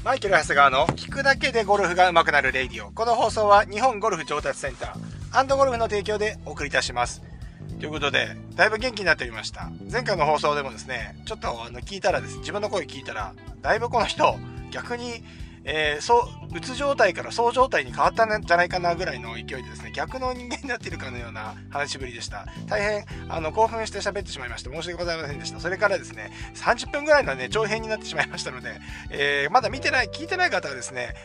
マイケル・長谷川の聞くだけでゴルフが上手くなるレイディオ。この放送は日本ゴルフ上達センター&ゴルフの提供でお送りいたします。ということで、だいぶ元気になっておりました。前回の放送でもですね、ちょっと聞いたらですね、自分の声聞いたら、だいぶこの人、逆に、うつ状態からそう状態に変わったんじゃないかなぐらいの勢いでですね、逆の人間になっているかのような話しぶりでした。大変興奮して喋ってしまいまして申し訳ございませんでした。それからですね、30分ぐらいのね長編になってしまいましたので、まだ聞いてない方はですね、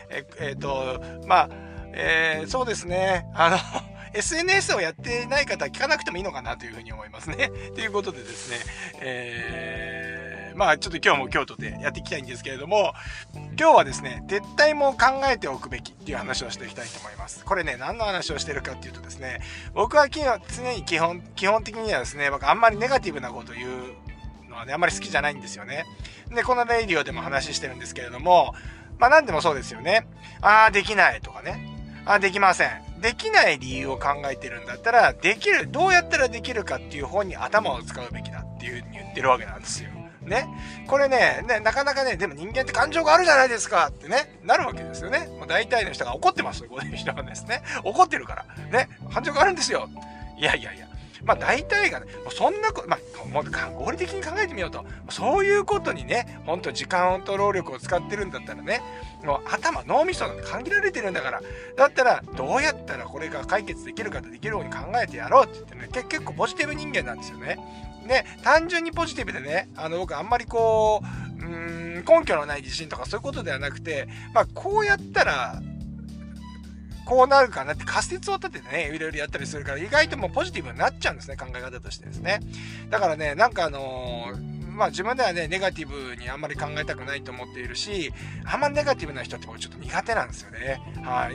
そうですね、SNS をやっていない方は聞かなくてもいいのかなというふうに思いますね。ということでですね、ちょっと今日も京都でやっていきたいんですけれども、今日はですね、撤退も考えておくべきっていう話をしていきたいと思います。これね、何の話をしているかっていうとですね、僕は常に基本的にはですね、僕あんまりネガティブなことを言うのはね、あんまり好きじゃないんですよね。で、このレイディオでも話してるんですけれども、何でもそうですよね。できないとかね。できません。できない理由を考えてるんだったら、どうやったらできるかっていう方に頭を使うべきだっていう風に言ってるわけなんですよ。ね。これね、なかなかね、でも人間って感情があるじゃないですかってね、なるわけですよね。大体の人が怒ってます。こういう人がですね。怒ってるから。ね。感情があるんですよ。いや。大体がね、そんなこと、もう合理的に考えてみようと。そういうことにね、ほんと時間と労力を使ってるんだったらね、もう脳みそなんて限られてるんだから、だったら、どうやったらこれが解決できるかとできるように考えてやろうって言ってね、結構ポジティブ人間なんですよね。で、単純にポジティブでね、僕あんまり根拠のない自信とかそういうことではなくて、こうやったら、こうなるかなって仮説を立ててね、いろいろやったりするから、意外ともうポジティブになっちゃうんですね、考え方としてですね。だからね、自分ではね、ネガティブにあんまり考えたくないと思っているし、あんまりネガティブな人って僕ちょっと苦手なんですよね。はい。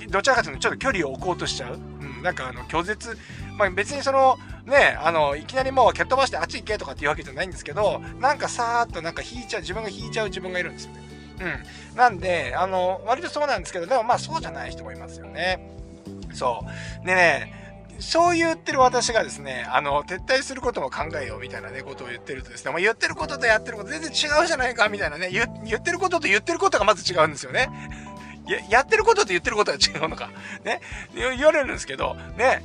どちらかというとちょっと距離を置こうとしちゃう。拒絶。別にいきなりもう蹴っ飛ばしてあっち行けとかっていうわけじゃないんですけど、さーっと自分が引いちゃう自分がいるんですよね。なんで、割とそうなんですけど、でもそうじゃない人もいますよね。そう。でね、そう言ってる私がですね、撤退することも考えようみたいなね、ことを言ってるとですね、言ってることとやってること全然違うじゃないかみたいなね、言ってることと言ってることがまず違うんですよね。やってることと言ってることは違うのか。ね。言われるんですけど、ね、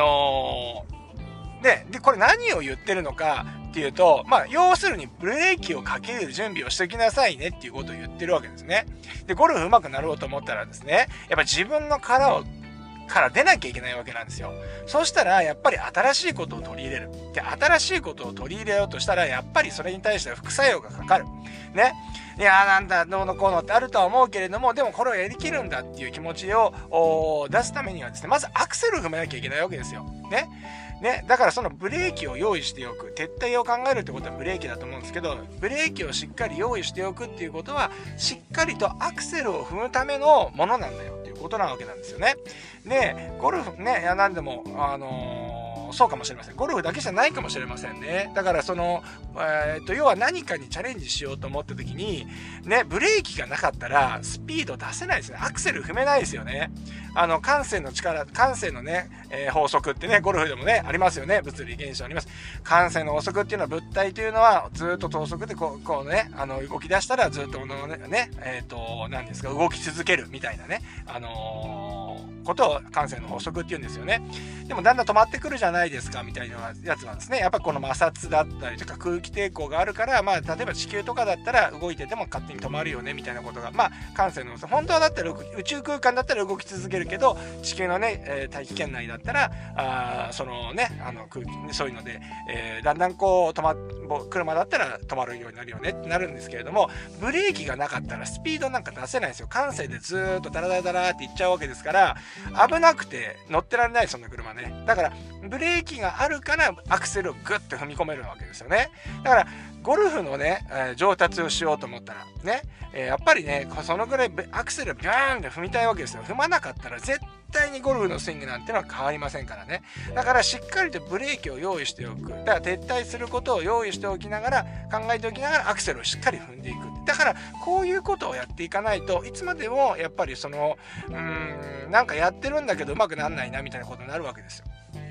で、これ何を言ってるのかっていうと、要するにブレーキをかける準備をしておきなさいねっていうことを言ってるわけですね。で、ゴルフ上手くなろうと思ったらですね、やっぱ自分のから出なきゃいけないわけなんですよ。そうしたら、やっぱり新しいことを取り入れる。で、新しいことを取り入れようとしたら、やっぱりそれに対しては副作用がかかる。ね。いやーなんだ、どうのこうのってあるとは思うけれども、でもこれをやりきるんだっていう気持ちを出すためにはですね、まずアクセルを踏めなきゃいけないわけですよ。ね。だからそのブレーキを用意しておく。撤退を考えるってことはブレーキだと思うんですけど、ブレーキをしっかり用意しておくっていうことは、しっかりとアクセルを踏むためのものなんだよっていうことなわけなんですよね。で、ゴルフね、なんでも、そうかもしれません。ゴルフだけじゃないかもしれませんね。だから要は何かにチャレンジしようと思った時に、ね、ブレーキがなかったら、スピード出せないですね。アクセル踏めないですよね。慣性のね、法則ってね、ゴルフでもね、ありますよね。物理現象あります。慣性の法則っていうのは、物体というのは、ずっと等速でこうね、動き出したら、ずっと何ですか、動き続けるみたいなね、ことを慣性の法則って言うんですよね。でもだんだん止まってくるじゃないですかみたいなやつなんですね。やっぱこの摩擦だったりとか空気抵抗があるから、例えば地球とかだったら動いてても勝手に止まるよねみたいなことが、慣性の法則。本当はだったら宇宙空間だったら動き続けるけど、地球のね、大気圏内だったら空気そういうので、だんだん車だったら止まるようになるよねってなるんですけれども、ブレーキがなかったらスピードなんか出せないんですよ。慣性でずーっとダラダラダラっていっちゃうわけですから、危なくて乗ってられない、そんな車ね。だからブレーキがあるからアクセルをグッと踏み込めるわけですよね。だからゴルフのね、上達をしようと思ったらね、やっぱりね、そのぐらいアクセルをビューンって踏みたいわけですよ。踏まなかったら絶対にゴルフのスイングなんてのは変わりませんからね。だからしっかりとブレーキを用意しておく。だから撤退することを用意しておきながら、考えておきながらアクセルをしっかり踏んでいく。だからこういうことをやっていかないといつまでもやっぱりなんかやってるんだけどうまくなんないなみたいなことになるわけですよ。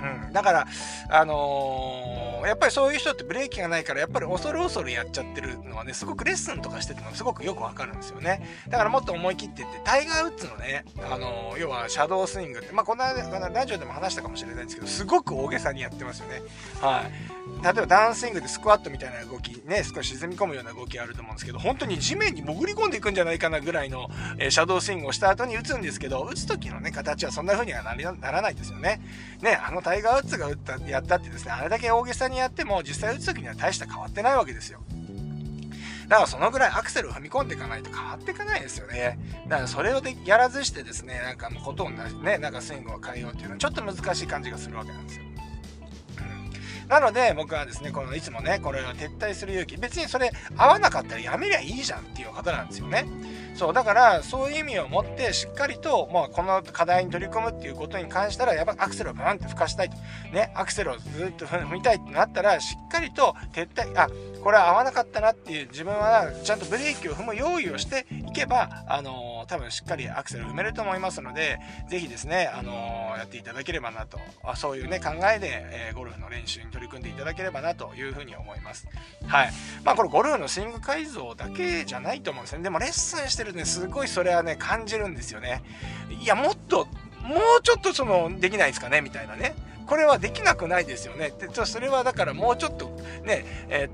だから、やっぱりそういう人ってブレーキがないから、やっぱり恐る恐るやっちゃってるのはね、すごくレッスンとかしててもすごくよくわかるんですよね。だからもっと思い切ってって、タイガー・ウッズのね、要はシャドースイングって、この間ラジオでも話したかもしれないんですけど、すごく大げさにやってますよね。はい。例えばダウンスイングでスクワットみたいな動き、ね、少し沈み込むような動きあると思うんですけど、本当に地面に潜り込んでいくんじゃないかなぐらいの、シャドースイングをした後に打つんですけど、打つ時のね、形はそんな風にはならないですよね。ね、タイガー・ウッズがやったってですね、あれだけ大げさにやっても、実際打つ時には大した変わってないわけですよ。だからそのぐらいアクセルを踏み込んでいかないと変わっていかないですよね。だからそれをやらずしてですね、なんかことをね、なんかスイングを変えようっていうのはちょっと難しい感じがするわけなんですよ。なので僕はですね、いつもね、これは撤退する勇気、別にそれ合わなかったらやめりゃいいじゃんっていう方なんですよね。そうだからそういう意味を持ってしっかりと、この課題に取り組むっていうことに関したら、やっぱアクセルをブーンって吹かしたいとね、アクセルをずっと踏みたいってなったら、しっかりと撤退、これは合わなかったなっていう、自分はちゃんとブレーキを踏む用意をしていけば、多分しっかりアクセルを踏めると思いますので、ぜひですね、やっていただければなと、そういうね考えで、ゴルフの練習に取り組んでいただければなというふうに思います。はい。これゴルフのスイング改造だけじゃないと思うんですね。でもレッスンしてるとね、すごいそれはね感じるんですよね。いや、もうちょっとできないですかねみたいなね。これはできなくないですよね。それはだからもうちょっとね、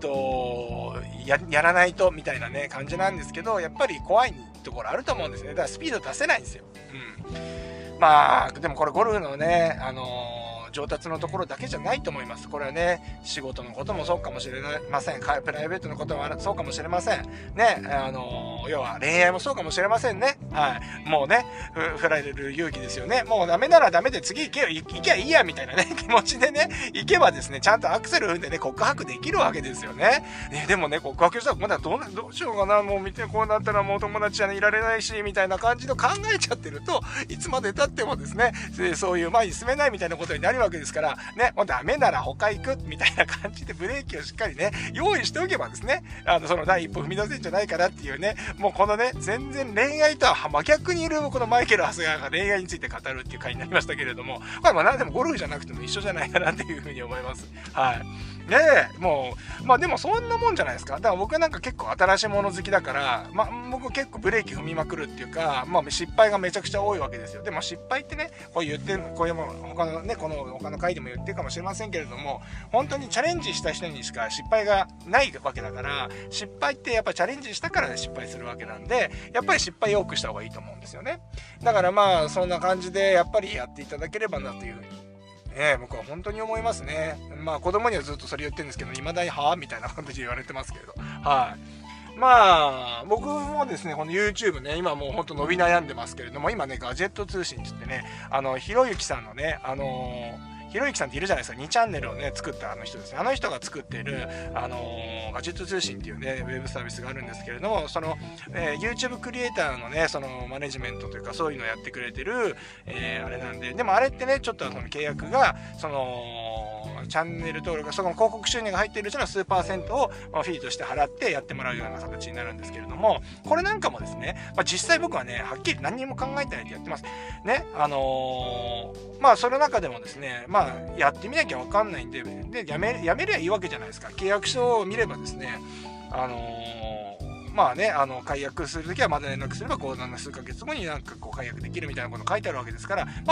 やらないとみたいなね感じなんですけど、やっぱり怖いところあると思うんですね。だからスピード出せないんですよ。でもこれゴルフのね、上達のところだけじゃないと思います。これはね、仕事のこともそうかもしれません。プライベートのこともそうかもしれません。ね、要は恋愛もそうかもしれませんね。はい。もうね、振られる勇気ですよね。もうダメならダメで次行けばいいやみたいなね、気持ちでね、行けばですね、ちゃんとアクセル踏んでね、告白できるわけですよね。でもね、告白したらまだどうしようかな、もう見てこうなったらもう友達じゃいられないし、みたいな感じの考えちゃってると、いつまで経ってもですね、そういう前に進めないみたいなことになるわけですからね、もうダメなら他行くみたいな感じでブレーキをしっかりね用意しておけばですね、その第一歩踏み出せんじゃないかなっていうね、もうこのね全然恋愛とは真逆にいるこのマイケル・ハスガーが恋愛について語るっていう回になりましたけれども、これは何でもゴルフじゃなくても一緒じゃないかなっていうふうに思います。はい。もうでもそんなもんじゃないですか。だから僕なんか結構新しいもの好きだから、僕結構ブレーキ踏みまくるっていうか、失敗がめちゃくちゃ多いわけですよ。でも失敗ってね、こう言ってる、こういう他のね、この他の回でも言ってるかもしれませんけれども、本当にチャレンジした人にしか失敗がないわけだから、失敗ってやっぱチャレンジしたから失敗するわけなんで、やっぱり失敗を多くした方がいいと思うんですよね。だからそんな感じでやっぱりやっていただければなというふうに僕は本当に思いますね。子供にはずっとそれ言ってるんですけど、未だにはみたいな感じで言われてますけれど、はい。僕もですね、この YouTube ね、今もうほんと伸び悩んでますけれども、今ね、ガジェット通信って言ってね、ひろゆきさんのね、ひろゆきさんっているじゃないですか。2チャンネルをね、作った人ですね。あの人が作っている、ガジェット通信っていうね、ウェブサービスがあるんですけれども、その、YouTube クリエイターのね、そのマネジメントというか、そういうのをやってくれてる、あれなんで、でもあれってね、ちょっとその契約が、その、チャンネル登録が、その広告収入が入っているうちの数%をフィーとして払ってやってもらうような形になるんですけれども、これなんかもですね、実際僕はね、はっきり何にも考えてないでやってます。ね、その中でもですね、やってみなきゃわかんないんで、やめりゃいいわけじゃないですか。契約書を見ればですね、解約するときはまだ連絡すれば、数ヶ月後に解約できるみたいなこと書いてあるわけですから、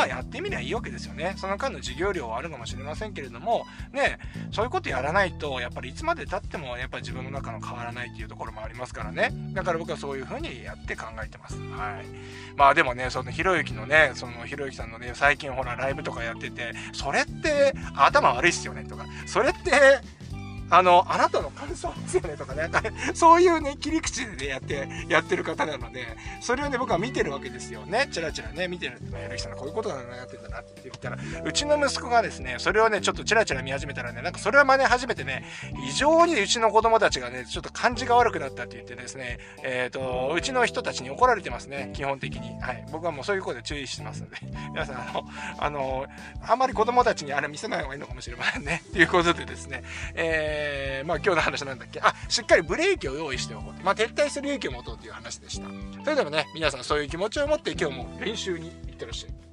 やってみりゃいいわけですよね。その間の授業料はあるかもしれませんけれども、ね、そういうことやらないと、やっぱりいつまで経っても、やっぱり自分の中の変わらないっていうところもありますからね。だから僕はそういうふうにやって考えてます。はい。でもね、そのひろゆきのね、そのひろゆきさんのね、最近ほら、ライブとかやってて、それって頭悪いっすよねとか、それって、あなたの感想ですよねとかね、そういうね、切り口でね、やってる方なので、それをね、僕は見てるわけですよね。チラチラね、見てるってやる人はこういうことがやってんだなって言ったら、うちの息子がですね、それをね、ちょっとチラチラ見始めたらね、それを真似始めてね、異常にうちの子供たちがね、ちょっと感じが悪くなったって言ってですね、うちの人たちに怒られてますね、基本的に。はい。僕はもうそういうことで注意してますので、皆さん、あんまり子供たちにあれ見せない方がいいのかもしれませんね。ということでですね、今日の話なんだっけ、しっかりブレーキを用意しておこう。撤退する勇気を持とうという話でした。それでもね、皆さんそういう気持ちを持って今日も練習に行ってらっしゃい。